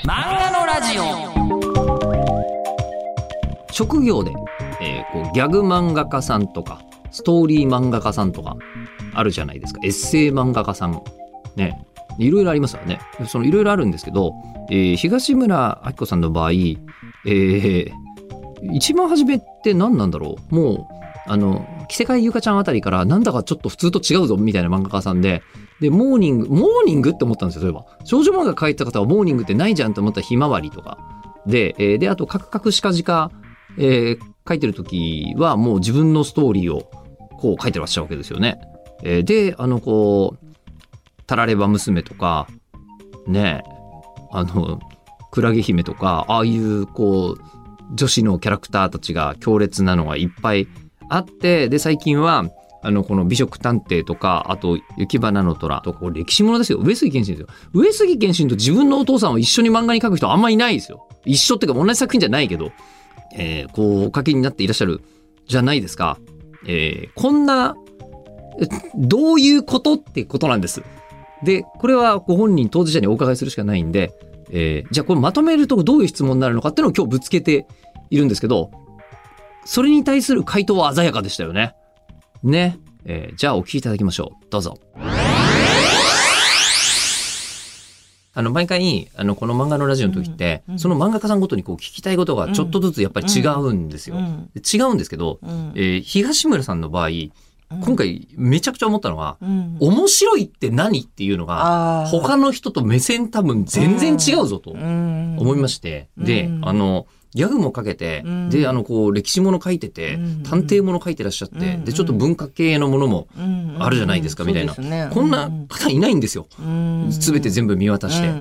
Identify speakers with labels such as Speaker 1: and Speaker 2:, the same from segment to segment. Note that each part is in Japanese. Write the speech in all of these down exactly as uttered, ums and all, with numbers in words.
Speaker 1: 漫画のラジオ。職業で、えー、こうギャグ漫画家さんとかストーリー漫画家さんとかあるじゃないですか。エッセイ漫画家さんね、いろいろありますよね。そのいろいろあるんですけど、えー、東村明子さんの場合、えー、一番初めって何なんだろう。もうあの着せ替えゆかちゃんあたりからなんだかちょっと普通と違うぞみたいな漫画家さんで、でモーニングモーニングって思ったんですよ。そういえば少女漫画描いてた方はモーニングってないじゃんと思ったらひまわりとかで、えー、であとカクカクシカジカ、えー、書いてる時はもう自分のストーリーをこう書いてらっしゃるわけですよね。えー、であのこうタラレバ娘とかね、あのクラゲ姫とかああいうこう女子のキャラクターたちが強烈なのがいっぱいあって、で最近はあのこの美食探偵とかあと雪花の虎とか歴史ものですよ。上杉謙信ですよ。上杉謙信と自分のお父さんを一緒に漫画に描く人あんまりいないですよ。一緒っていうか同じ作品じゃないけど、えー、こうお書きになっていらっしゃるじゃないですか。えー、こんなどういうことってことなんです。でこれはご本人当事者にお伺いするしかないんで、えー、じゃあこれまとめるとどういう質問になるのかっていうのを今日ぶつけているんですけど、それに対する回答は鮮やかでしたよね。ね、えー、じゃあお聞きいただきましょう。どうぞ。あの毎回あのこの漫画のラジオの時って、うんうん、その漫画家さんごとにこう聞きたいことがちょっとずつやっぱり違うんですよ。うんうん、違うんですけど、うんえー、東村さんの場合今回めちゃくちゃ思ったのは、うん、面白いって何っていうのが他の人と目線多分全然違うぞと思いまして、うん、で、うん、あのギャグもかけて、うん、であのこう歴史もの書いてて、うん、探偵もの書いてらっしゃって、うん、でちょっと文化系のものもあるじゃないですか、うん、みたいな、ね、こんな方いないんですよ、うん、全て全部見渡して、うん、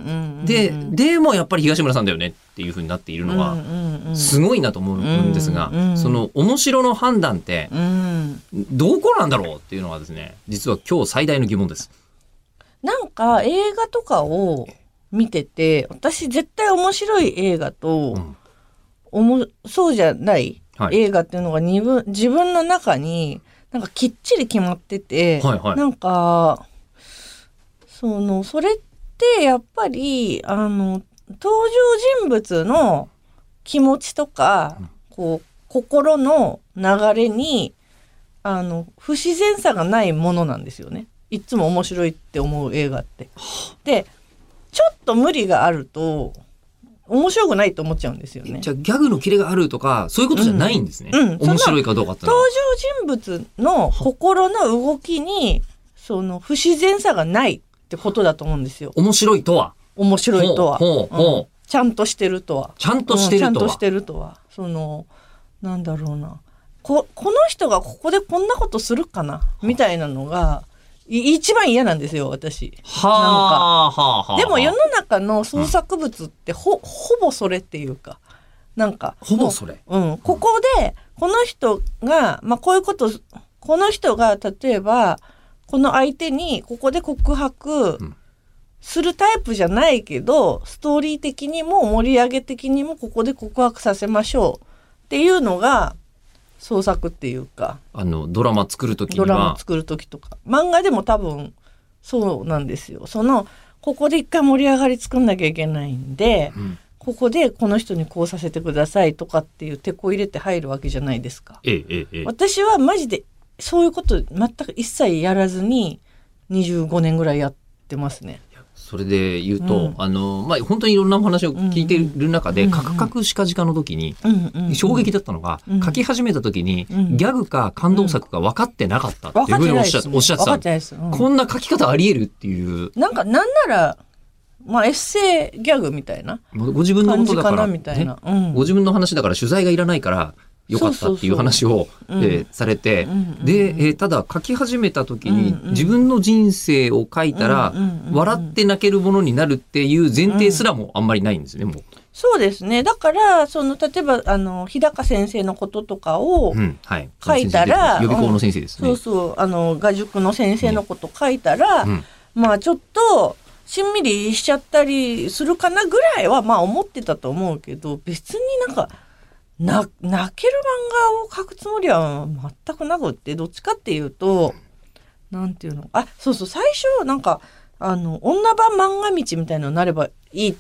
Speaker 1: ででもやっぱり東村さんだよねっていう風になっているのはすごいなと思うんですが、うん、その面白の判断ってどこなんだろうっていうのはですね、実は今日最大の疑問です。
Speaker 2: なんか映画とかを見てて、私絶対面白い映画と、うんおもそうじゃない映画っていうのが二分、はい、自分の中になんかきっちり決まってて、はいはい、なんかそのそれってやっぱりあの登場人物の気持ちとか、うん、こう心の流れにあの不自然さがないものなんですよね。いつも面白いって思う映画って。でちょっと無理があると面白くないと思っちゃうんですよね。
Speaker 1: じゃあギャグのキレがあるとかそういうことじゃないんですね。うんうん、面白いかどうかってのは
Speaker 2: 登場人物の心の動きにその不自然さがないってことだと思うんですよ。
Speaker 1: 面白いとは
Speaker 2: 面白いとは
Speaker 1: ほうほうほう、うん、
Speaker 2: ちゃんとしてるとは
Speaker 1: ちゃんとしてるとは、うん、ちゃんとしてるとは
Speaker 2: そのなんだろうな こ, この人がここでこんなことするかなみたいなのが一番嫌なんですよ私。
Speaker 1: はあ、なんかはあはあ、
Speaker 2: でも世の中の創作物ってほ、うん、ほぼそれっていうかなんか
Speaker 1: ほぼそれ、
Speaker 2: うん、ここでこの人が、まあ、こういうことこの人が例えばこの相手にここで告白するタイプじゃないけど、うん、ストーリー的にも盛り上げ的にもここで告白させましょうっていうのが創作っていうか、
Speaker 1: あのドラマ作る時には
Speaker 2: ドラマ作る時とか漫画でも多分そうなんですよ。そのここで一回盛り上がり作んなきゃいけないんで、うん、ここでこの人にこうさせてくださいとかっていう手こ入れて入るわけじゃないですか。
Speaker 1: ええええ、
Speaker 2: 私はマジでそういうこと全く一切やらずににじゅうごねんぐらいやってますね。
Speaker 1: それで言うと、うん、あのまあ、本当にいろんなお話を聞いている中で、うんうん、カクカクシカジカの時に、うんうん、衝撃だったのが、うん、書き始めた時に、うん、ギャグか感動作か分かってなかったっていうふうにおっしゃって、おっしゃってた、うん、こんな書き方ありえるっていう、
Speaker 2: なんかなんなら、まあ、エッセイギャグみたいな
Speaker 1: ご自分のことだから、
Speaker 2: みたいな、うん、
Speaker 1: ご自分の話だから取材がいらないからよかったっていう話をされて、で、えー、ただ書き始めた時に、うんうん、自分の人生を書いたら、うんうん、笑って泣けるものになるっていう前提すらもあんまりないんですね、もう。
Speaker 2: そうですね。だからその例えばあの日高先生のこととかを書いたら、
Speaker 1: うんはい、予備校の先生ですね、
Speaker 2: うん、そうそうあの画塾の先生のこと書いたら、ねうん、まあちょっとしんみりしちゃったりするかなぐらいはまあ思ってたと思うけど、別になんかな泣ける漫画を描くつもりは全くなくって、どっちかっていうとなんていうのあそうそう最初なんかあの女版漫画道みたいなのになればいい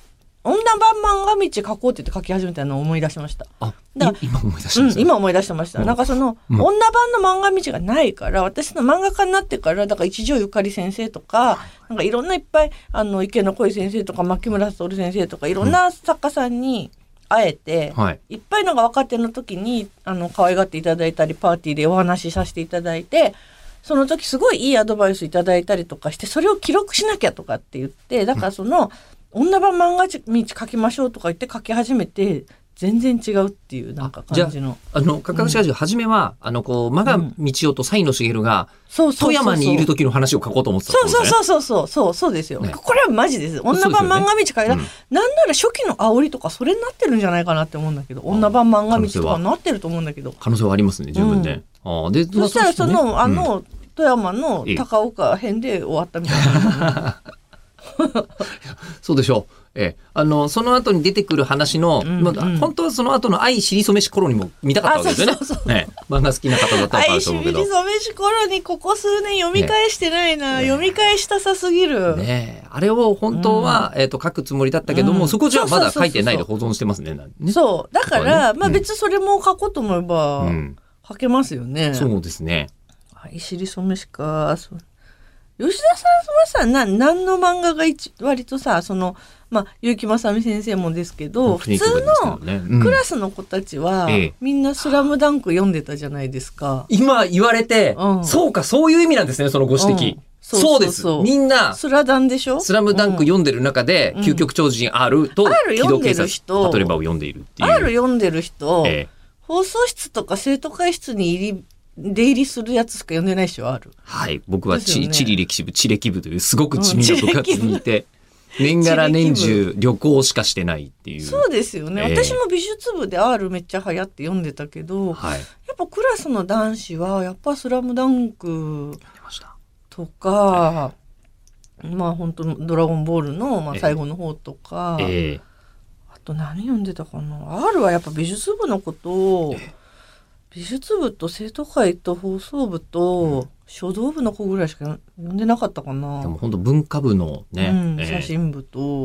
Speaker 2: 女版漫画道書こうって言って書き始めたのを思い出しました。
Speaker 1: あ、だ今思い出しました、
Speaker 2: うん、今思い出してました。うん、なんかその、うん、女版の漫画道がないから、私の漫画家になってから、だから一条ゆかり先生とか、なんかいろんないっぱい、あの、池野恋先生とか、牧村徹先生とか、いろんな作家さんに会えて、うんはい、いっぱいなんか若手の時に、あの、可愛がっていただいたり、パーティーでお話しさせていただいて、その時すごいいいアドバイスいただいたりとかして、それを記録しなきゃとかって言って、だからその、うん女版漫画道書きましょうとか言って書き始めて全然違うっていうなんか感じの。
Speaker 1: あのかかぐしラジオ初めは、うん、あのこう馬賀道夫と西野茂が富山にいる時の話を書こうと思ってたんですね。
Speaker 2: そうそうそうそうそうそうですよ、ね。これはマジです。女版漫画道書いた、ねうん、なんなら初期の煽りとかそれになってるんじゃないかなって思うんだけど、女版漫画道とかになってると思うんだけど。
Speaker 1: 可能性はありますね十分ね。うん、あで
Speaker 2: そしたらその、ね、あの、うん、富山の高岡編で終わったみたいな。
Speaker 1: そうでしょう。ええ、あのその後に出てくる話の、うんうん、本当はその後の愛しりそめし頃にも見たかったわけですよね。そうそうそう、ね、漫画好きな方だったら分かると思うけど。
Speaker 2: 愛しりそめし頃にここ数年読み返してないな、ね、読み返したさすぎる。
Speaker 1: ね、あれを本当は、うんえー、と書くつもりだったけども、うん、そこじゃまだ書いてないで保存してますね。
Speaker 2: そうだから、ね、まあ、別にそれも書こうと思えば、うん、書けますよね。
Speaker 1: そうですね。
Speaker 2: 愛しりそめしか。そう吉田さんはさな何の漫画が一割とさそのまあ結城正美先生もですけど普通のクラスの子たちは、うんええ、みんなスラムダンク読んでたじゃないですか。
Speaker 1: 今言われて、うん、そうかそういう意味なんですねそのご指摘、うん、そう, そうですみんな
Speaker 2: スラダンでしょ。
Speaker 1: スラムダンク読んでる中で、うん、究極超人 R と機動警察パトレバーを読んでいるっていう
Speaker 2: R 読んでる人、ええ、放送室とか生徒会室に入り出入りするやつしか読んでないでしょ。ある。
Speaker 1: はい、僕は地、ね、地理歴史部地歴部というすごく地味な部活にいて、うん、年がら年中旅行しかしてないっていう。
Speaker 2: そうですよね、えー、私も美術部で R めっちゃ流行って読んでたけど、はい、やっぱクラスの男子はやっぱスラムダンクとか、えー、まあ本当ドラゴンボールの、まあ、最後の方とか、えーえー、あと何読んでたかな。 R はやっぱ美術部のことを、えー美術部と生徒会と放送部と書道部の子ぐらいしか読んでなかったかな。
Speaker 1: でも本当文化部のね、
Speaker 2: うんえー、写真部と、うん、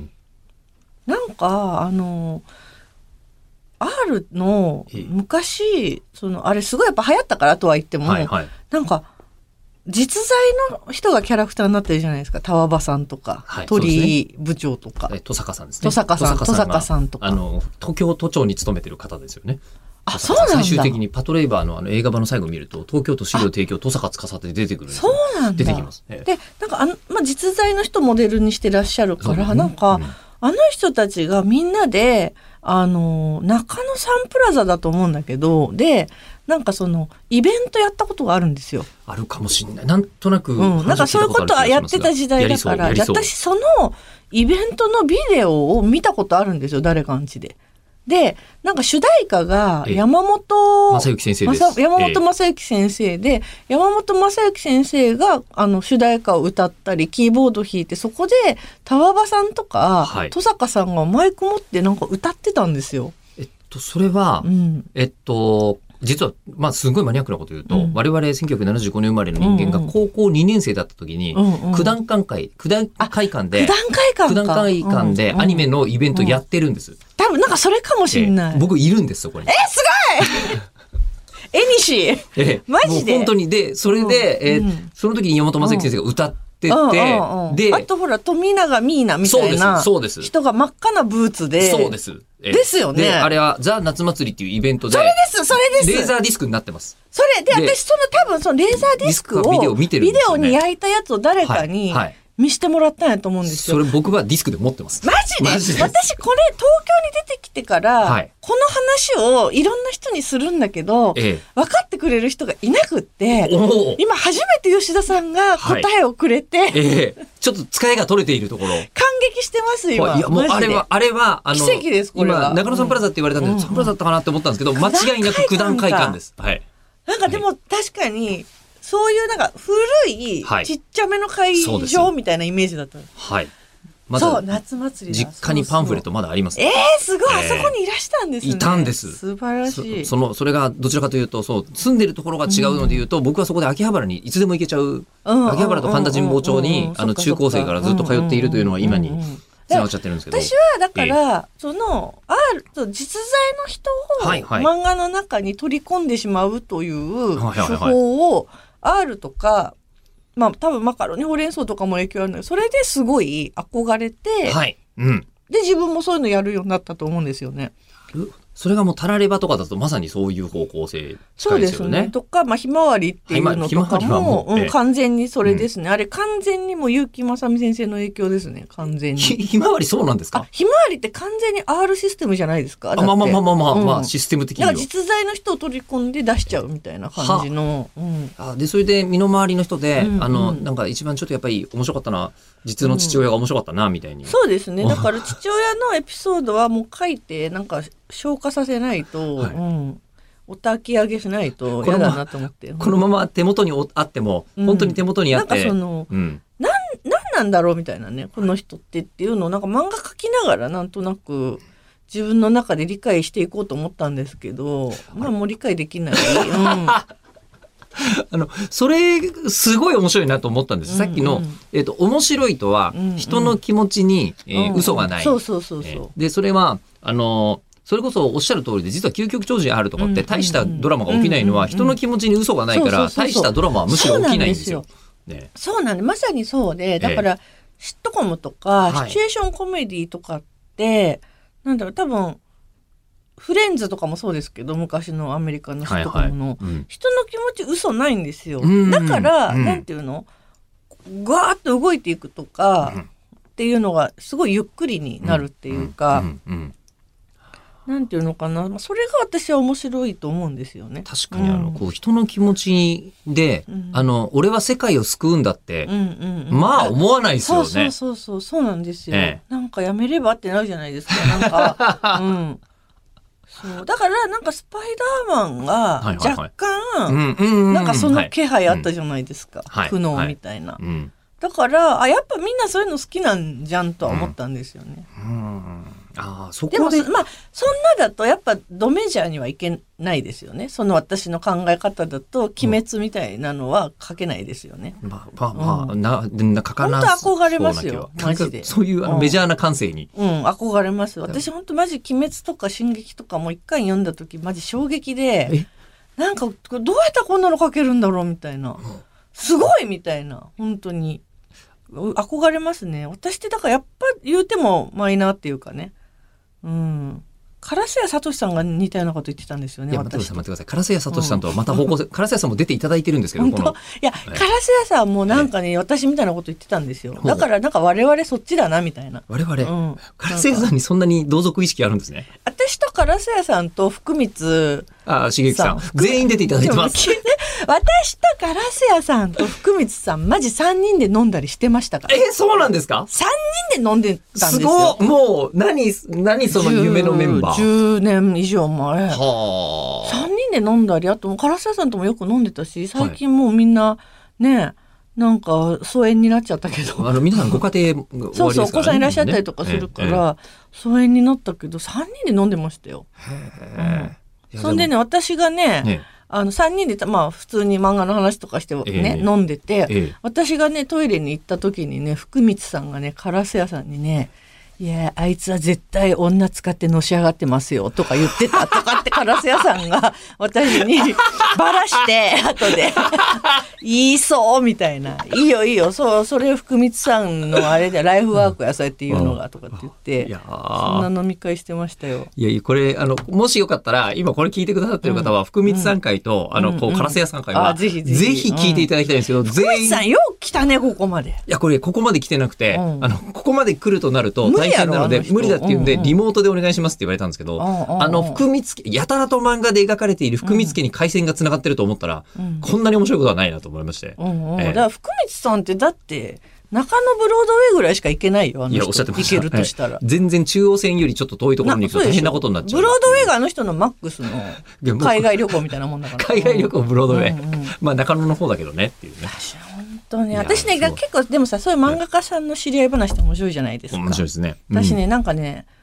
Speaker 2: なんかあの R の昔そのあれすごいやっぱ流行ったからとは言っても、はいはい、なんか実在の人がキャラクターになってるじゃないですか。田和場さんとか、はい、鳥居部長とか、
Speaker 1: 登坂さんですね。
Speaker 2: 登坂さん、登坂さんとか、
Speaker 1: あの東京都庁に勤めてる方ですよね。
Speaker 2: あ、そうなんだ。
Speaker 1: 最終的にパトレイバー の, あの映画版の最後見ると東京都資料提供登坂司って出てくるんですよ。
Speaker 2: そうなんだ。
Speaker 1: 出てきます、え
Speaker 2: え、でなんかあの、まあ、実在の人モデルにしてらっしゃるから、なんか、うん、あの人たちがみんなであの中野サンプラザだと思うんだけどでなんかそのイベントやったことがあるんですよ。
Speaker 1: あるかもしれない。なんとなく、
Speaker 2: うん、なんかそういうことはやってた時代だから私そのイベントのビデオを見たことあるんですよ誰かんちで。でなんか主題歌が山本
Speaker 1: 正幸先生です。
Speaker 2: 山本正幸先生で、山本正幸先生があの主題歌を歌ったりキーボード弾いてそこで田和場さんとか、はい、登坂さんがマイク持ってなんか歌ってたんですよ。
Speaker 1: えっとそれは、うん、えっと実は、まあ、すごいマニアックなこと言うと、うん、我々せんきゅうひゃくななじゅうごねん生まれの人間が高校にねん生だった時に、うんうん、九段会館九段会館で
Speaker 2: 九段会館
Speaker 1: 九段会館でアニメのイベントやってるんです、うんうん、
Speaker 2: 多分なんかそれかもしれない、
Speaker 1: えー、僕いるんですそこに。
Speaker 2: えすごいえにし、えー、マジで
Speaker 1: もう本当にでそれで、うんえー、その時に山本正幸先生が歌ってて、
Speaker 2: うんうんうん、であとほら富永ミーナみたいな人が真っ赤なブーツで
Speaker 1: そうですえ
Speaker 2: ですよね。
Speaker 1: であれはザ・夏祭りっていうイベントで
Speaker 2: それですそれです
Speaker 1: レーザーディスクになってます。
Speaker 2: それで私その多分そのレーザーディスクをビデオ見てるんですよね。ビデオに焼いたやつを誰かに、はいはい見してもらったんやと思うんですよ。
Speaker 1: それ僕はディスクで持ってます。
Speaker 2: マジで？マジで私これ東京に出てきてから、はい、この話をいろんな人にするんだけど、ええ、分かってくれる人がいなくって今初めて吉田さんが答えをくれて、はい
Speaker 1: ええ、ちょっと使いが取れているところ感
Speaker 2: 激してます今。
Speaker 1: いやもうあれはあれはあの
Speaker 2: 奇跡ですこれは。
Speaker 1: 今中野サンプラザって言われたんで、うん、サンプラザだったかなって思ったんですけど、うん、間違いなく九段会館です。はい。
Speaker 2: なんかでも確かにそういうなんか古いちっちゃめの会場みたいなイメージだった。
Speaker 1: はい。
Speaker 2: ま、そう夏祭りだ。
Speaker 1: 実家にパンフレットまだあります。
Speaker 2: えー、すごい、えー、あそこにいらしたんですね。
Speaker 1: いたんです。
Speaker 2: 素晴らしい。
Speaker 1: そ, そのそれがどちらかというとそう住んでるところが違うのでいうと、うん、僕はそこで秋葉原にいつでも行けちゃう、うん、秋葉原と神田神保町に、うん、あの中高生からずっと通っているというのは今に繋がっちゃってるんですけど。
Speaker 2: 私はだから、えー、その R と実在の人を漫画の中に取り込んでしまうという手法を R とか、まあ多分マカロニほうれん草とかも影響あるんだけど、それですごい憧れて、
Speaker 1: はい、うん、
Speaker 2: で自分もそういうのやるようになったと思うんですよね。
Speaker 1: それがもうタラレバとかだとまさにそういう方向性近いですよね。
Speaker 2: そうですね。とか、まあ、ひまわりっていうのとかも、もう、うん、完全にそれですね。うん、あれ完全にもう結城正美先生の影響ですね。完全に。
Speaker 1: ひ, ひまわりそうなんですか？
Speaker 2: ひまわりって完全に R システムじゃないですか。
Speaker 1: あ、まあまあまあまあまあ、うん、まあシステム的には。
Speaker 2: 実在の人を取り込んで出しちゃうみたいな感じの。うん、
Speaker 1: あでそれで身の回りの人で、うんうん、あのなんか一番ちょっとやっぱり面白かったな、実の父親が面白かったなみたいに。
Speaker 2: うん、そうですね。だから父親のエピソードはもう書いてなんか消化させないと。はい、うん、お焚き上げしないと嫌だなと思って、
Speaker 1: このまま手元にあっても、うん、本当に手元にあって、
Speaker 2: なんかその、うん、なんなんなんだろうみたいなね、この人ってっていうのをなんか漫画描きながらなんとなく自分の中で理解していこうと思ったんですけど、まあもう理解できない。うん、
Speaker 1: あのそれすごい面白いなと思ったんです。うんうん、さっきの、えーと、面白いとは、うんうん、人の気持ちに、えーうんうん、嘘がない。
Speaker 2: そうそうそうそう、え
Speaker 1: ー、でそれはあのそれこそおっしゃる通りで、実は究極超人あるとかって大したドラマが起きないのは人の気持ちに嘘がないから、大したドラマはむしろ起きないんですよ。ね、
Speaker 2: そうなんで、まさにそうで、だから、ええ、シットコムとか、シチュエーションコメディとかって、なんだろう、多分フレンズとかもそうですけど、昔のアメリカのシットコムの、はいはい、うん、人の気持ち嘘ないんですよ。だから、うん、なんていうの、ガーッと動いていくとか、うん、っていうのがすごいゆっくりになるっていうか、うんうんうんうん、なんていうのかな、それが私は面白いと思うんですよね。
Speaker 1: 確かに、あの、うん、こう人の気持ちで、うん、あの俺は世界を救うんだって、うんうんうん、まあ思わないですよね。
Speaker 2: そうそうそうそうなんですよ、ええ。なんかやめればってなるじゃないですか。なんか、うん、そうだからなんかスパイダーマンが若干なんかその気配あったじゃないですか。はい、苦悩みたいな。はいはい、うん、だからあやっぱみんなそういうの好きなんじゃんとは思ったんですよね。うんうん、
Speaker 1: あそこ
Speaker 2: でもまあそんなだとやっぱドメジャーにはいけないですよね。その私の考え方だと鬼滅みたいなのは書けないですよね。
Speaker 1: うん、まあまあまあ、うん、なな書かな
Speaker 2: 本当憧れますよマジで。
Speaker 1: そういうあのメジャーな感性に、
Speaker 2: うん、うん、憧れます。私本当マジ鬼滅とか進撃とかも一回読んだ時マジ衝撃で、なんかどうやったらこんなの書けるんだろうみたいな、すごいみたいな、本当に憧れますね。私ってだからやっぱ言うてもマイナーっていうかね。うん。唐瀬谷聡さんが似たようなこと言ってたんですよね。
Speaker 1: いや、待ってください、待ってください。唐瀬谷聡さんとはまた方向性、うん、唐瀬谷さんも出ていただいてるんですけど、
Speaker 2: 本当、いや、唐瀬谷さんもなんかね、え私みたいなこと言ってたんですよ。だからなんか我々そっちだなみたいな。
Speaker 1: 我々、うん、唐瀬谷さんにそんなに同族意識あるんですね。
Speaker 2: 私と唐瀬谷さんと福光
Speaker 1: あ、茂樹さん全員出ていただいてます。
Speaker 2: 私と唐瀬谷さんと福光さんマジさんにんで飲んだりしてましたから。
Speaker 1: え、そうなんですか？
Speaker 2: さんにんで飲んでたんですよ。
Speaker 1: すごい。もう何何その夢のメンバー。
Speaker 2: じゅうねん以上前。はあ。さんにんで飲んだり、あと唐瀬谷さんともよく飲んでたし、最近もうみんなね、なんか疎遠になっちゃったけど。
Speaker 1: あの皆さんご家庭が終わりですからね。そうそう、お
Speaker 2: 子さんいらっしゃったりとかするから、疎遠になったけどさんにんで飲んでましたよ。へえ。そんでね、私がね。ね、あのさんにんでまあ普通に漫画の話とかしてね、えー、飲んでて、えー、私がねトイレに行った時にね、福光さんがね唐瀬谷さんにね、いやあいつは絶対女使ってのし上がってますよとか言ってたとかって唐瀬谷さんが私にバラして後で言いそうみたいな、いいよいいよ、そうそれ福光さんのあれでライフワークやそうやっていうのがとかって言って、うん、いやそんな飲み会してましたよ。
Speaker 1: いやいや、これあのもしよかったら今これ聞いてくださってる方は、うん、福光さん会と、うん、あのこう唐瀬谷さん会は、うん、ぜひぜひ、ぜひ聞いていただきたいんですけど、うん、
Speaker 2: 福光さんよう来たねここまで。い
Speaker 1: やこれここまで来てなくて、うん、あのここまで来るとなると大変なので無理だっていうんで、うんうん、リモートでお願いしますって言われたんですけど、うんうん、あの福光家やたらと漫画で描かれている福光家に回線がつながってると思ったら、うん、こんなに面白いことはないなと思いまして、うんうん、えー、
Speaker 2: だから福光さんってだって中野ブロードウェイぐらいしか行けないよ、あの人。いやおっしゃってました。行けるとしたら、はい、
Speaker 1: 全然中央線よりちょっと遠いところに行くと大変なことになっちゃう。
Speaker 2: ブロードウェイがあの人のマックスの海外旅行みたいなもんだから
Speaker 1: 海外旅行ブロードウェイ、うんうん、まあ中野の方だけどねっていうね。
Speaker 2: 本当ね、私ね結構でもさ、そういう漫画家さんの知り合い話って面白いじゃないですか。
Speaker 1: 面白いですね、うん、
Speaker 2: 私ねなんかね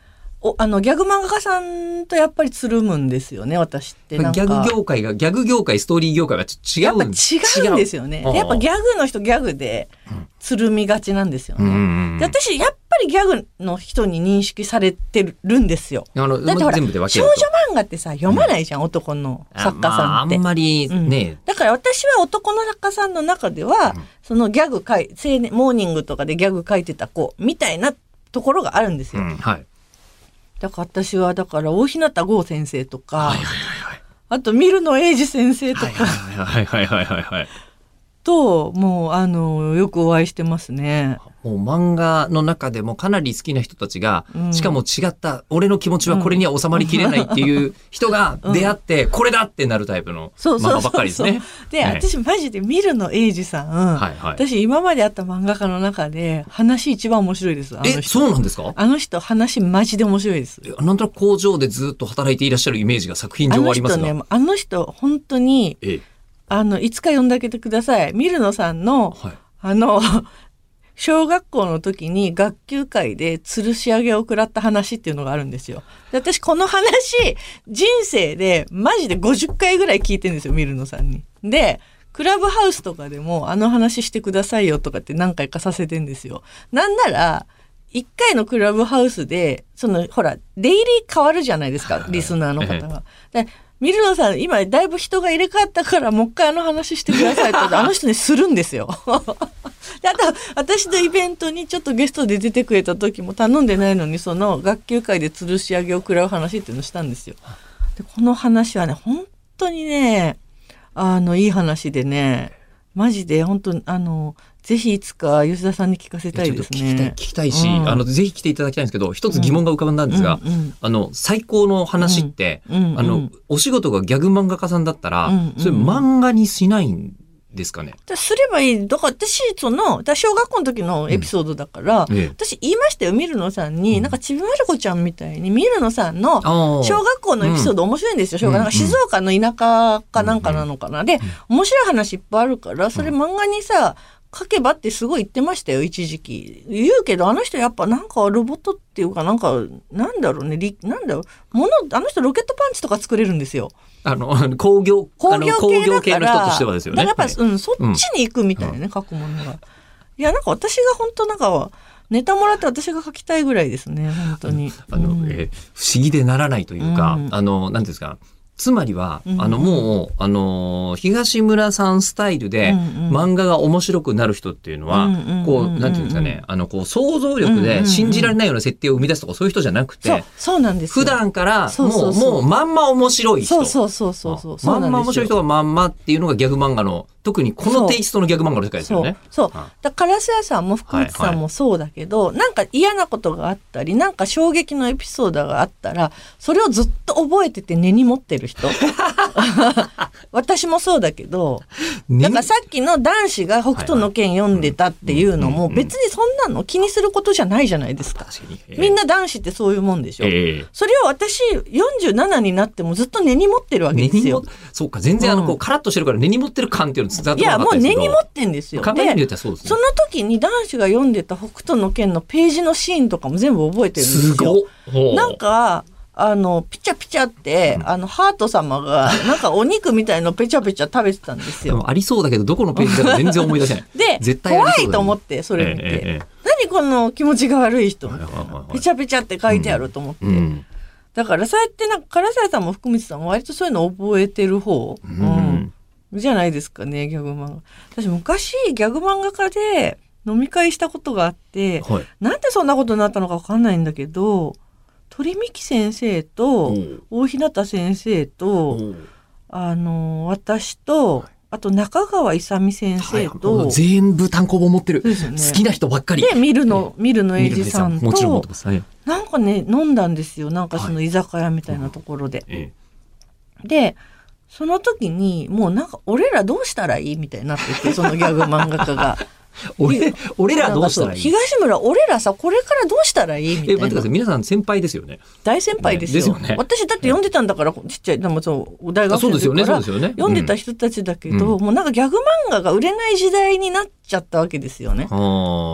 Speaker 2: おあのギャグ漫画家さんとやっぱりつるむんですよね、私ってなんか。
Speaker 1: ギャグ業界がギャグ業界ストーリー業界はちょっと違う。
Speaker 2: やっぱ違うんですよね。やっぱギャグの人ギャグでつるみがちなんですよね。うん、で私やっぱりギャグの人に認識されてるんですよ。
Speaker 1: あの
Speaker 2: だってほら
Speaker 1: 全部で分け
Speaker 2: 少
Speaker 1: ると
Speaker 2: 女漫画ってさ読まないじゃん、うん、男の作家さんって。あ、まあ、
Speaker 1: あんまりね、
Speaker 2: うん、だから私は男の作家さんの中では、うん、そのギャグ書い青年モーニングとかでギャグ書いてた子みたいなところがあるんですよ。うん、はい。だから私はだから大日向剛先生とか、はいはいはいはい、あとミルノエイジ先生とか
Speaker 1: はいはいはいはいはい
Speaker 2: ともうあのよくお会いしてますね。
Speaker 1: もう漫画の中でもかなり好きな人たちが、うん、しかも違った俺の気持ちはこれには収まりきれないっていう人が出会って、うん、これだってなるタイプの漫画ばっかりですね。
Speaker 2: で、はい、私マジでミルノエイジさん、はいはい、私今まで会った漫画家の中で話一番面白いです。あの人。
Speaker 1: え、そうなんですか？
Speaker 2: あの人話マジで面白いです。
Speaker 1: なんとなく工場でずっと働いていらっしゃるイメージが作品上はありますが、
Speaker 2: あの人ね、あの人本当に、ええ、あのいつか呼んであげてください。ミルノさんの、はい、あの小学校の時に学級会で吊るし上げを食らった話っていうのがあるんですよ。で私この話人生でマジでごじゅっかいぐらい聞いてるんですよ、ミルノさんに。でクラブハウスとかでもあの話してくださいよとかって何回かさせてんですよ。なんならいっかいのクラブハウスでそのほら出入り変わるじゃないですか、リスナーの方が。でミルノさん今だいぶ人が入れ替わったからもう一回あの話してくださいってあの人にするんですよ。であと私のイベントにちょっとゲストで出てくれた時も頼んでないのにその学級会で吊るし上げを食らう話っていうのをしたんですよ。でこの話はね本当にねあのいい話でねマジで本当あのぜひいつか吉田さんに聞かせたいですね。
Speaker 1: 聞きたい、聞きたいし、うん、あのぜひ来ていただきたいんですけど一つ疑問が浮かんだんですが、うんうんうん、あの最高の話って、うんうん、あのお仕事がギャグ漫画家さんだったら、うんうん、それ漫画にしないんですかね。
Speaker 2: すればいい。だから私その小学校の時のエピソードだから、うんええ、私言いましたよミルノさんに、うん、なんかちびまる子ちゃんみたいにミルノさんの小学校のエピソード面白いんですよ。小学、なんか静岡の田舎かなんかなのかな、うん、で面白い話いっぱいあるからそれ漫画にさ書けばってすごい言ってましたよ一時期。言うけどあの人やっぱなんかロボットっていうかなんかなんだろうねなんだろうものあの人ロケットパンチとか作れるんですよ。
Speaker 1: あの工業
Speaker 2: 工業系だから
Speaker 1: 工業系の人としてはですよね。
Speaker 2: だからやっぱ、はい、うん、そっちに行くみたいなね、うん、書くものが。いやなんか私が本当なんかネタもらって私が書きたいぐらいですね本当に。
Speaker 1: あの、うんえー、不思議でならないというか、うん、あのなんていうんですか。つまりは、うん、あのもうあの東村さんスタイルで漫画が面白くなる人っていうのは、うんうん、こうなんていうんですかね、あのこう想像力で信じられないような設定を生み出すとかそういう人じゃなくて、
Speaker 2: そう、そうなんですよ。
Speaker 1: 普段からもうもうもうまんま面白い人、
Speaker 2: そうそうそうそうそうそう
Speaker 1: まんま面白い人がまんまっていうのがギャグ漫画の特にこのテイストのギャグ漫画の世界ですよね。
Speaker 2: そう、そう、だから烏谷さんも福光さんもそうだけど、はいはい、なんか嫌なことがあったりなんか衝撃のエピソードがあったらそれをずっと覚えてて根に持ってる人。私もそうだけど、だからさっきの男子が北斗の拳読んでたっていうのも別にそんなの気にすることじゃないじゃないですか。みんな男子ってそういうもんでしょ、えー、それを私よんじゅうななになってもずっと根に持ってるわけですよ。
Speaker 1: そうか全然あのこうカラッとしてるから根に持ってる感っていうのずっとなかったですけど、
Speaker 2: いやもう根に持ってんですよ。
Speaker 1: 考えによってはそうですね。
Speaker 2: その時に男子が読んでた北斗の拳のページのシーンとかも全部覚えてるんですよ。
Speaker 1: すご
Speaker 2: なんかあのピチャピチャって、うん、あのハート様がなんかお肉みたいのペチャペチャ食べてたんですよ。
Speaker 1: ありそうだけどどこのページだか全然思い出せない。
Speaker 2: で絶対怖いと思ってそれ見て、えーえー、何この気持ちが悪い人みたいな、ペチャペチャって書いてあると思って、うんうん、だからそうやってなんか唐沢さんも福光さんも割とそういうの覚えてる方、うんうん、じゃないですかねギャグ漫画。私昔ギャグ漫画家で飲み会したことがあって、はい、なんでそんなことになったのか分かんないんだけど鳥美紀先生と大日向先生とあの私とあと中川勇先生と、
Speaker 1: はい、全部単行本持ってる、ね、好きな人ばっかり
Speaker 2: でミルのミルのエイジさんと
Speaker 1: もちろん持ってます、はい、
Speaker 2: なんかね飲んだんですよなんかその居酒屋みたいなところで、はい、でその時にもうなんか俺らどうしたらいいみたいになっててそのギャグ漫画家が
Speaker 1: 俺, 俺らどうしたらいい
Speaker 2: 東村俺らさこれからどうしたらいいみたいな。
Speaker 1: え待ってください皆さん先輩ですよね。
Speaker 2: 大先輩です よ,、ね、ですよね。私だって読んでたんだから、ちっちゃいでもそう大学生の時から読んでた人たちだけど、うん、もうなんかギャグ漫画が売れない時代になっちゃったわけですよね。多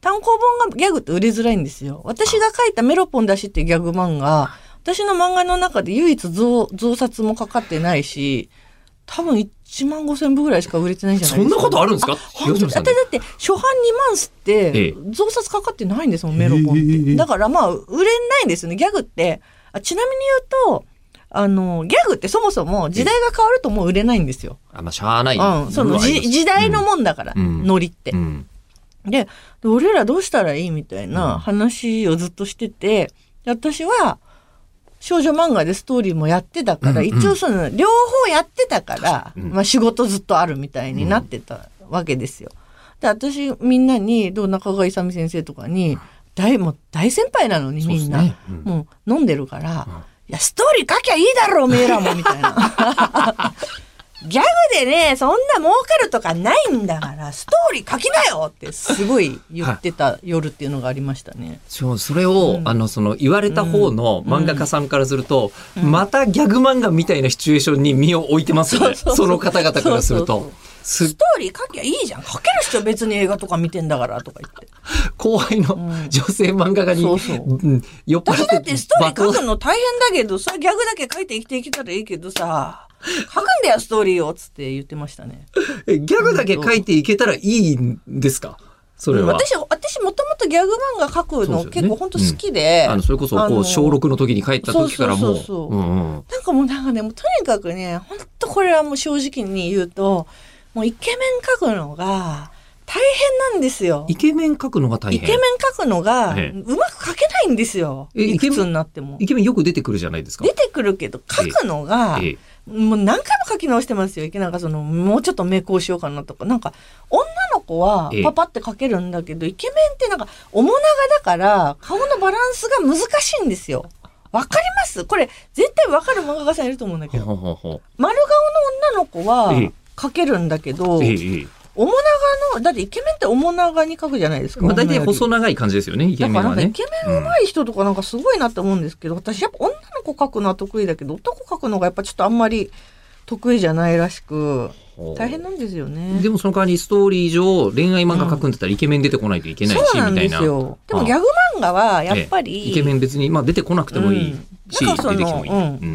Speaker 2: 単行本がギャグって売れづらいんですよ。私が書いたメロポンだしっていうギャグ漫画、私の漫画の中で唯一 増, 増刷もかかってないし、多分いちまんごせんぶぐらいしか売れてないんじゃないですか。
Speaker 1: そんなことあるんですか？
Speaker 2: 本当だって、だって初版にまん吸って増刷かかってないんですもん、メロポンって、えー、だからまあ売れないんですよね、ギャグって。あ、ちなみに言うとあのギャグってそもそも時代が変わるともう売れないんですよ。
Speaker 1: あ、まあ、しゃあない、
Speaker 2: うん、そのじ時代のもんだから、うん、ノリって、うん、で俺らどうしたらいいみたいな話をずっとしてて、私は少女漫画でストーリーもやってたから、うんうん、一応その両方やってたから、うん、まあ、仕事ずっとあるみたいになってたわけですよ。で私みんなにどう中川勇先生とかに大もう大先輩なのにみんな、ね、うん、もう飲んでるから、うん、いやストーリー書きゃいいだろおめえらもみたいなギャグでねそんな儲かるとかないんだからストーリー書きなよってすごい言ってた夜っていうのがありましたね。
Speaker 1: そうそれを、うん、あのその言われた方の漫画家さんからすると、うん、またギャグ漫画みたいなシチュエーションに身を置いてますよね。その方々からすると。そうそうそう
Speaker 2: ストーリー書きゃいいじゃん、書ける人別に映画とか見てんだからとか言って
Speaker 1: 後輩の女性漫画家に、うん、そうそう、うん、酔っ払って
Speaker 2: 私だってストーリー書くの大変だけどさギャグだけ書いて生きていけたらいいけどさ書くんだよストーリーをつって言ってましたね。
Speaker 1: えギャグだけ書いていけたらいいんですか？それは、うん、
Speaker 2: 私私もともとギャグ漫画書くの結構本当好きで、
Speaker 1: うん、あのそれこそこう小ろくの時に書いた時からもう
Speaker 2: なんかもうなんかねもうとにかくね本当これはもう正直に言うともうイケメン描くのが大変なんですよ。
Speaker 1: イケメン描くのが大変。
Speaker 2: イケメン描くのがうまく描けないんですよ。えいくつになっても。
Speaker 1: イケメンよく出てくるじゃないですか。
Speaker 2: 出てくるけど描くのが、ええ、もう何回も描き直してますよ。なんかそのもうちょっと目こうしようかなとかなんか女の子はパパって描けるんだけど、ええ、イケメンってなんか面長だから顔のバランスが難しいんですよ。わかります？これ絶対わかる漫画家さんいると思うんだけど、ほほほ丸顔の女の子は、ええ描けるんだけど、ええ、面長のだってイケメンって面長に描くじゃないですか。
Speaker 1: まあ、大体細長い感じですよねイケメンはね。
Speaker 2: イケメン上手い人とかなんかすごいなって思うんですけど、うん、私やっぱ女の子描くのは得意だけど男描くのがやっぱちょっとあんまり得意じゃないらしく大変なんですよね。
Speaker 1: でもその代わりストーリー上恋愛漫画描くんだったらイケメン出てこないといけないし、うん、みたいな。そうなんですよ。
Speaker 2: でもギャグ漫画はやっぱり、
Speaker 1: ええ、イケメン別に、まあ、出てこなくてもいい、うん
Speaker 2: なんかその、うん、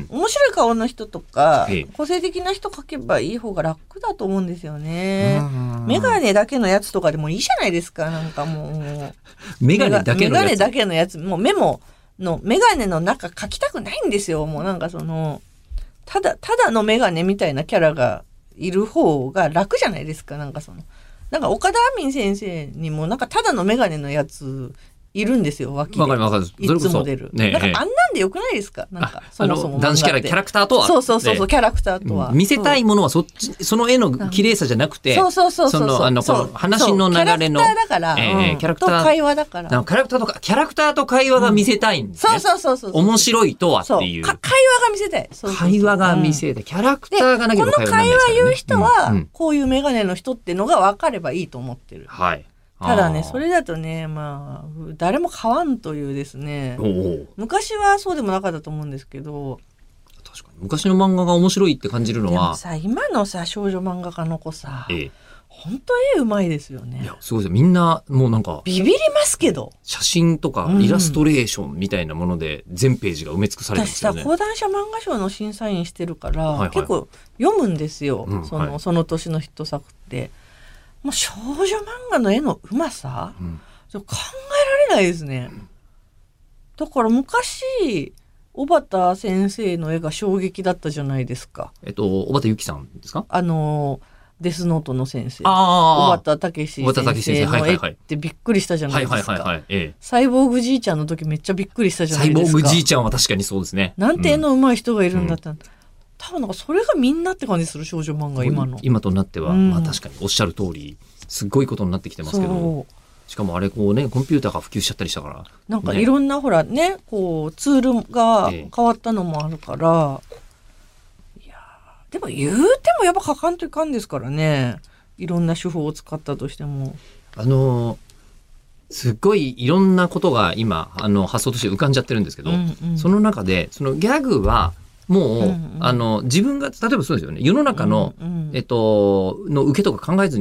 Speaker 2: 面白い顔の人とか、ええ、個性的な人描けばいい方が楽だと思うんですよね。メガネだけのやつとかでもいいじゃないですか。なんかもう
Speaker 1: メガネだけのやつ、メガ
Speaker 2: ネだけのやつもうメモのメガネの中描きたくないんですよ。もうなんかそのただただのメガネみたいなキャラがいる方が楽じゃないですか。なんかそのなんか岡田亜美先生にもなんかただのメガネのやついるんですよ脇で。
Speaker 1: わかるわかる。
Speaker 2: いつも出る。ね、なんかあんなんでよくないですか。なんかそもそも
Speaker 1: 男子キャラキャラクターとは。
Speaker 2: そうそうそうそうキャラクターとは。
Speaker 1: 見せたいものはそっちその絵の綺麗さじゃなくて、
Speaker 2: そうそうそうそう。
Speaker 1: そのあのこの話の流れのキャ
Speaker 2: ラクターだから、えー、キャラクターと会話だから。
Speaker 1: キャラクターとかキャラクターと会話が見せたいんですね。
Speaker 2: そうそうそうそう。
Speaker 1: 面白いとはっていう。
Speaker 2: 会話が見せたい。
Speaker 1: 会話が見せたい。キャラクターがなければ
Speaker 2: 会話なんですからね。この会話言う人はこういうメガネの人っていうのが分かればいいと思ってる。
Speaker 1: はい。
Speaker 2: ただねそれだとねまあ誰も買わんというですね。昔はそうでもなかったと思うんですけど
Speaker 1: 確かに昔の漫画が面白いって感じるのは
Speaker 2: でもさ今のさ少女漫画家の子さ、ええ、本当絵うまいですよね。
Speaker 1: いやすごいですみんなもうなんか
Speaker 2: ビビりますけど
Speaker 1: 写真とかイラストレーションみたいなもので全ページが埋め尽くされてますよね。
Speaker 2: 私さ講談社漫画賞の審査員してるから、はいはい、結構読むんですよ、うん、その、はい、その年のヒット作ってもう少女漫画の絵のうまさ、うん、考えられないですね。だから昔小畑先生の絵が衝撃だったじゃないですか。
Speaker 1: えっと小畑由紀さんですか？
Speaker 2: あのデスノートの先生小畑武史先生の絵ってびっくりしたじゃないですか。サイボーグじいちゃんの時めっちゃびっくりしたじゃないですか。
Speaker 1: サイボーグじいちゃんは確かにそうですね。
Speaker 2: なんて絵のうまい人がいるんだった、うんうん多分なんかそれがみんなって感じする少女漫画今の
Speaker 1: 今となっては、うんまあ、確かにおっしゃる通りすっごいことになってきてますけどしかもあれこうねコンピューターが普及しちゃったりしたから、ね、
Speaker 2: なんかいろんなほらねこうツールが変わったのもあるから、ええ、いやでも言うてもやっぱ書かんといかんですからねいろんな手法を使ったとしても
Speaker 1: あのすっごいいろんなことが今あの発想として浮かんじゃってるんですけど、うんうん、その中でそのギャグはもう、うんうん、あの自分が例えばそうですよね世の中の、うんうんえっと、の受けとか考えずに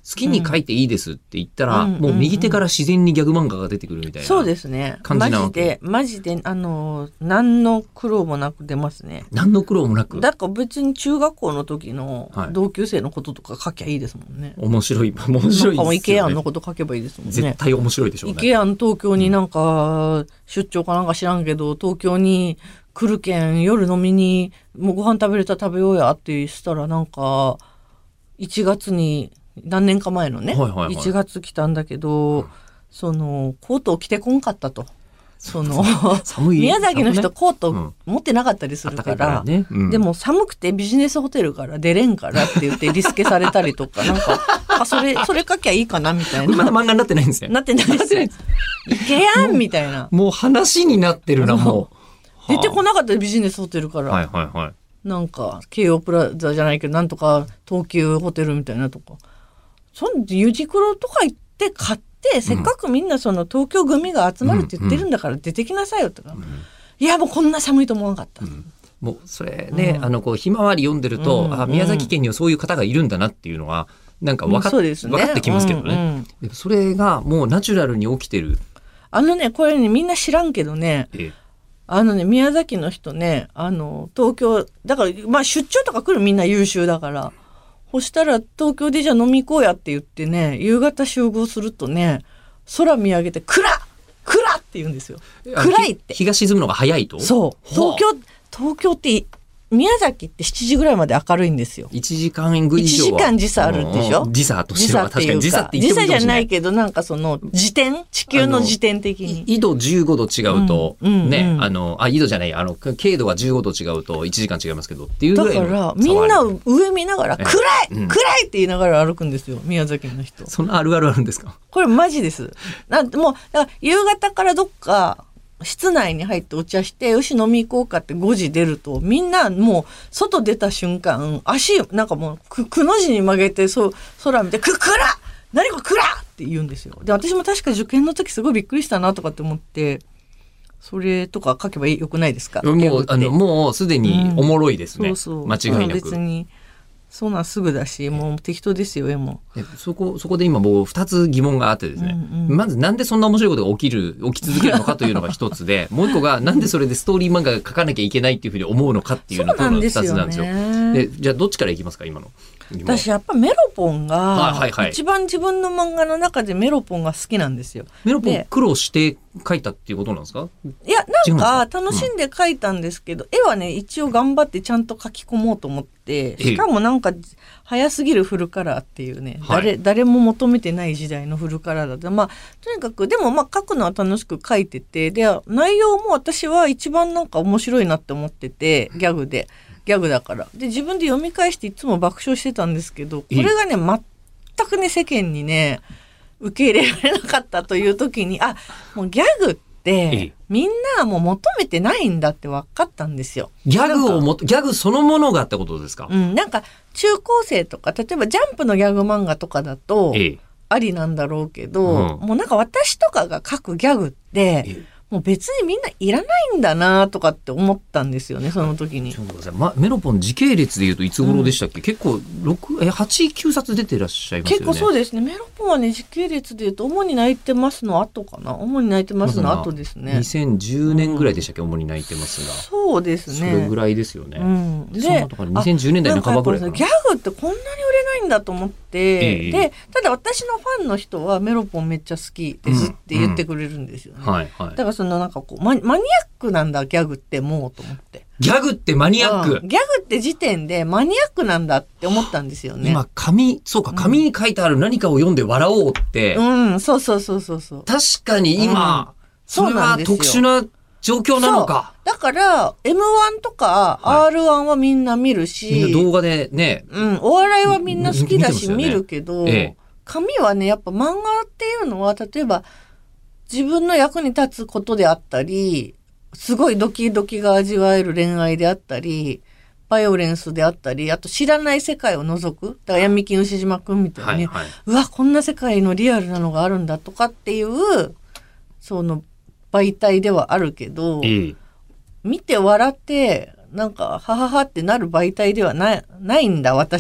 Speaker 1: 好きに書いていいですって言ったら、
Speaker 2: うん、
Speaker 1: もう右手から自然にギャグ漫画が出てくるみたいな感じなわけ。
Speaker 2: そうですね。マジでマジであの何の苦労もなく出ますね。
Speaker 1: 何の苦労もなく。
Speaker 2: だから別に中学校の時の同級生のこととか書きゃいいですもんね。
Speaker 1: はい、面白い面白いですよね。
Speaker 2: なんかイケアンのこと書けばいいですもんね。
Speaker 1: 絶対面白いでしょうね。
Speaker 2: イケアン東京になんか出張かなんか知らんけど東京に来るけん夜飲みにもうご飯食べれたら食べようやってしたらなんかいちがつに何年か前のね、はいはいはい、いちがつ来たんだけど、うん、そのコートを着てこんかったと。その寒い宮崎の人、ね、コート持ってなかったりするから、からねうん、でも寒くてビジネスホテルから出れんからって言ってリスケされたりとかなんかあそれそれ書きゃいいかなみたいな。
Speaker 1: まだ漫画になってないんですよ。
Speaker 2: なってないですよ。いけやんみたいな。
Speaker 1: もう話になってるなもう。
Speaker 2: 出てこなかったビジネスホテルから、
Speaker 1: はいはいはい、
Speaker 2: なんか京王プラザじゃないけどなんとか東急ホテルみたいなとかそんユニクロとか行って買ってせっかくみんなその東京組が集まるって言ってるんだから出てきなさいよとか、うんうん、いやもうこんな寒いと思わなかった、うん、
Speaker 1: もうそれね、うん、あのこうひまわり読んでると、うん、あ宮崎県にはそういう方がいるんだなっていうのはなんか分かっ、うんね、分かってきますけどね、うんうん、それがもうナチュラルに起きてる。
Speaker 2: あのねこれねみんな知らんけどね、ええあのね宮崎の人ねあの東京だからまあ出張とか来るみんな優秀だからそしたら東京でじゃあ飲み行こうやって言ってね夕方集合するとね空見上げて暗っ暗っって言うんですよ。暗いって。
Speaker 1: 日が沈むのが早いと。
Speaker 2: そう東京東京って宮崎ってしちじぐらいまで明るいんですよ。
Speaker 1: いちじかん以上はい
Speaker 2: ちじかん時差あるでしょ。
Speaker 1: 時差としては確かに時差って言
Speaker 2: ってもいいかもしれない。時差じゃないけどなんかその時点地球の時点的に
Speaker 1: 緯度じゅうごど違うと、うんうんうん、ねあのあ緯度じゃないあの経度がじゅうごど違うといちじかん違いますけどっていうぐらいの
Speaker 2: だからみんな上見ながら暗い、うん、暗いって言いながら歩くんですよ宮崎の人。
Speaker 1: そんなあるあるあるんですか。
Speaker 2: これマジです。なんもうだから夕方からどっか室内に入ってお茶してよし飲み行こうかってごじ出るとみんなもう外出た瞬間足なんかもう く, くの字に曲げてそう空見てくくら何これくらって言うんですよ。で私も確か受験の時すごいびっくりしたなとかって思ってそれとか書けばよくないですか。
Speaker 1: もうあのもうすでにおもろいですね、うん、そうそう間違いなく、
Speaker 2: うん、別にそんなんすぐだしもう適当ですよ絵も。
Speaker 1: そこそこで今もうふたつ疑問があってですね、うんうん、まずなんでそんな面白いことが起きる起き続けるのかというのが一つでもう一個がなんでそれでストーリー漫画が描かなきゃいけないっていうふうに思うのかっていうのとのふたつなんですよ。でじゃあどっちからいきますか今の。
Speaker 2: 私やっぱメロポンが一番自分の漫画の中でメロポンが好きなんですよ。
Speaker 1: メロポン苦労して描いたっていうことなんですか。
Speaker 2: いやなんか楽しんで描いたんですけど、うん、絵はね一応頑張ってちゃんと描き込もうと思ってしかもなんか早すぎるフルカラーっていうね、はい、誰, 誰も求めてない時代のフルカラーだった。まあとにかくでもまあ描くのは楽しく描いててで内容も私は一番なんか面白いなって思っててギャグでギャグだからで自分で読み返していつも爆笑してたんですけどこれがね全くね世間にね受け入れられなかったという時にあもうギャグってみんなもう求めてないんだって分かったんですよ。
Speaker 1: ギャグをもギャグそのものがってことですか。
Speaker 2: うん、なんか中高生とか例えばジャンプのギャグ漫画とかだとありなんだろうけど、うん、もうなんか私とかが書くギャグってもう別にみんないらないんだなとかって思ったんですよねその時に。
Speaker 1: ま、メロポン時系列でいうといつ頃でしたっけ、うん、結構ろくえはちきゅうさつ出てらっしゃいますよね。
Speaker 2: 結構そうですね。メロポンはね時系列でいうと主に泣いてますの後かな。主に泣いてますの後ですね。
Speaker 1: にせんじゅうねんぐらいでしたっけ、うん、主に泣いてますが。
Speaker 2: そうですね。
Speaker 1: それぐらいですよね、うん、でその後からにせんじゅうねんだいの半ばぐらいかな。
Speaker 2: ギャグってこんなに売れないんだと思って、えー、でただ私のファンの人はメロポンめっちゃ好きですって言ってくれるんですよね、うんうんはいはい、だからそのなんかこうママニアックなんだギャグってもうと思って
Speaker 1: ギャグってマニアック、
Speaker 2: うん、ギャグって時点でマニアックなんだって思ったんですよね。
Speaker 1: 今紙そうか紙に書いてある何かを読んで笑おうって、
Speaker 2: うん、うん、そうそうそうそうそう
Speaker 1: 確かに今、うん、それは特殊な状況なのか。
Speaker 2: だから エムワン とか アールワン はみんな見るし、
Speaker 1: はい、みんな動画でね、
Speaker 2: うん、お笑いはみんな好きだし 見,、ね、見るけど、ええ、紙はねやっぱ漫画っていうのは例えば自分の役に立つことであったりすごいドキドキが味わえる恋愛であったりバイオレンスであったりあと知らない世界を覗くだから闇金牛島くんみたいなね、はいはい、うわこんな世界のリアルなのがあるんだとかっていうその媒体ではあるけど、ええ、見て笑ってなんかはははってなる媒体ではな い, ないんだ私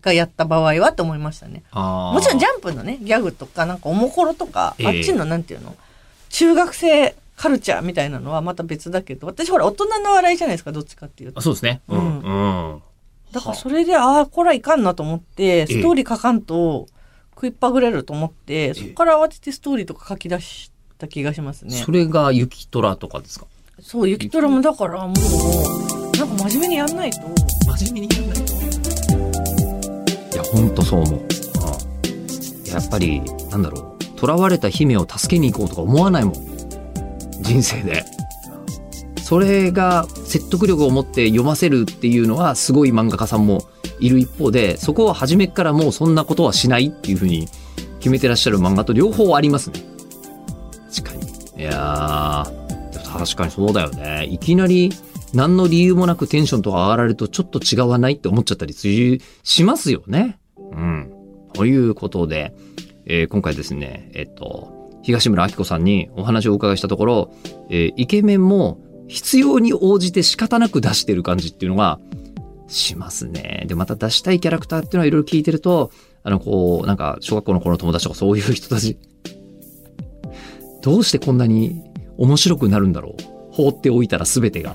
Speaker 2: がやった場合はと思いましたね。
Speaker 1: あ
Speaker 2: もちろんジャンプのねギャグとかなんかおもころとか、
Speaker 1: えー、
Speaker 2: あっちのなんていうの中学生カルチャーみたいなのはまた別だけど、私ほら大人の笑いじゃないですか、どっちかっていうと。
Speaker 1: そうですね、うん、うん、
Speaker 2: だからそれでああこれはいかんなと思ってストーリー書かんと食いっぱぐれると思って、えー、そこから慌ててストーリーとか書き出した気がしますね。
Speaker 1: それがゆきとらとかですか？
Speaker 2: そう、ゆきとらもだからもうなんか真面目にやんないと
Speaker 1: 真面目にやんないといやほんとそう思う。ああやっぱりなんだろう、囚われた姫を助けに行こうとか思わないもん人生で。それが説得力を持って読ませるっていうのはすごい漫画家さんもいる一方で、そこを初めからもうそんなことはしないっていうふうに決めてらっしゃる漫画と両方ありますね。確かに。いやー確かにそうだよね。いきなり何の理由もなくテンションとか上がられるとちょっと違わないって思っちゃったりしますよね。うん。ということで、えー、今回ですね、えっと東村明子さんにお話をお伺いしたところ、えー、イケメンも必要に応じて仕方なく出してる感じっていうのがしますね。でまた出したいキャラクターっていうのはいろいろ聞いてると、あのこうなんか小学校の頃の友達とかそういう人たちどうしてこんなに面白くなるんだろう、放っておいたら全てが、はい、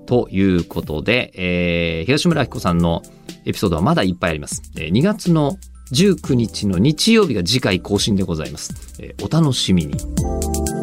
Speaker 1: ということで、えー、東村明子さんのエピソードはまだいっぱいあります。にがつのじゅうくにちの日曜日が次回更新でございます。えー、お楽しみに。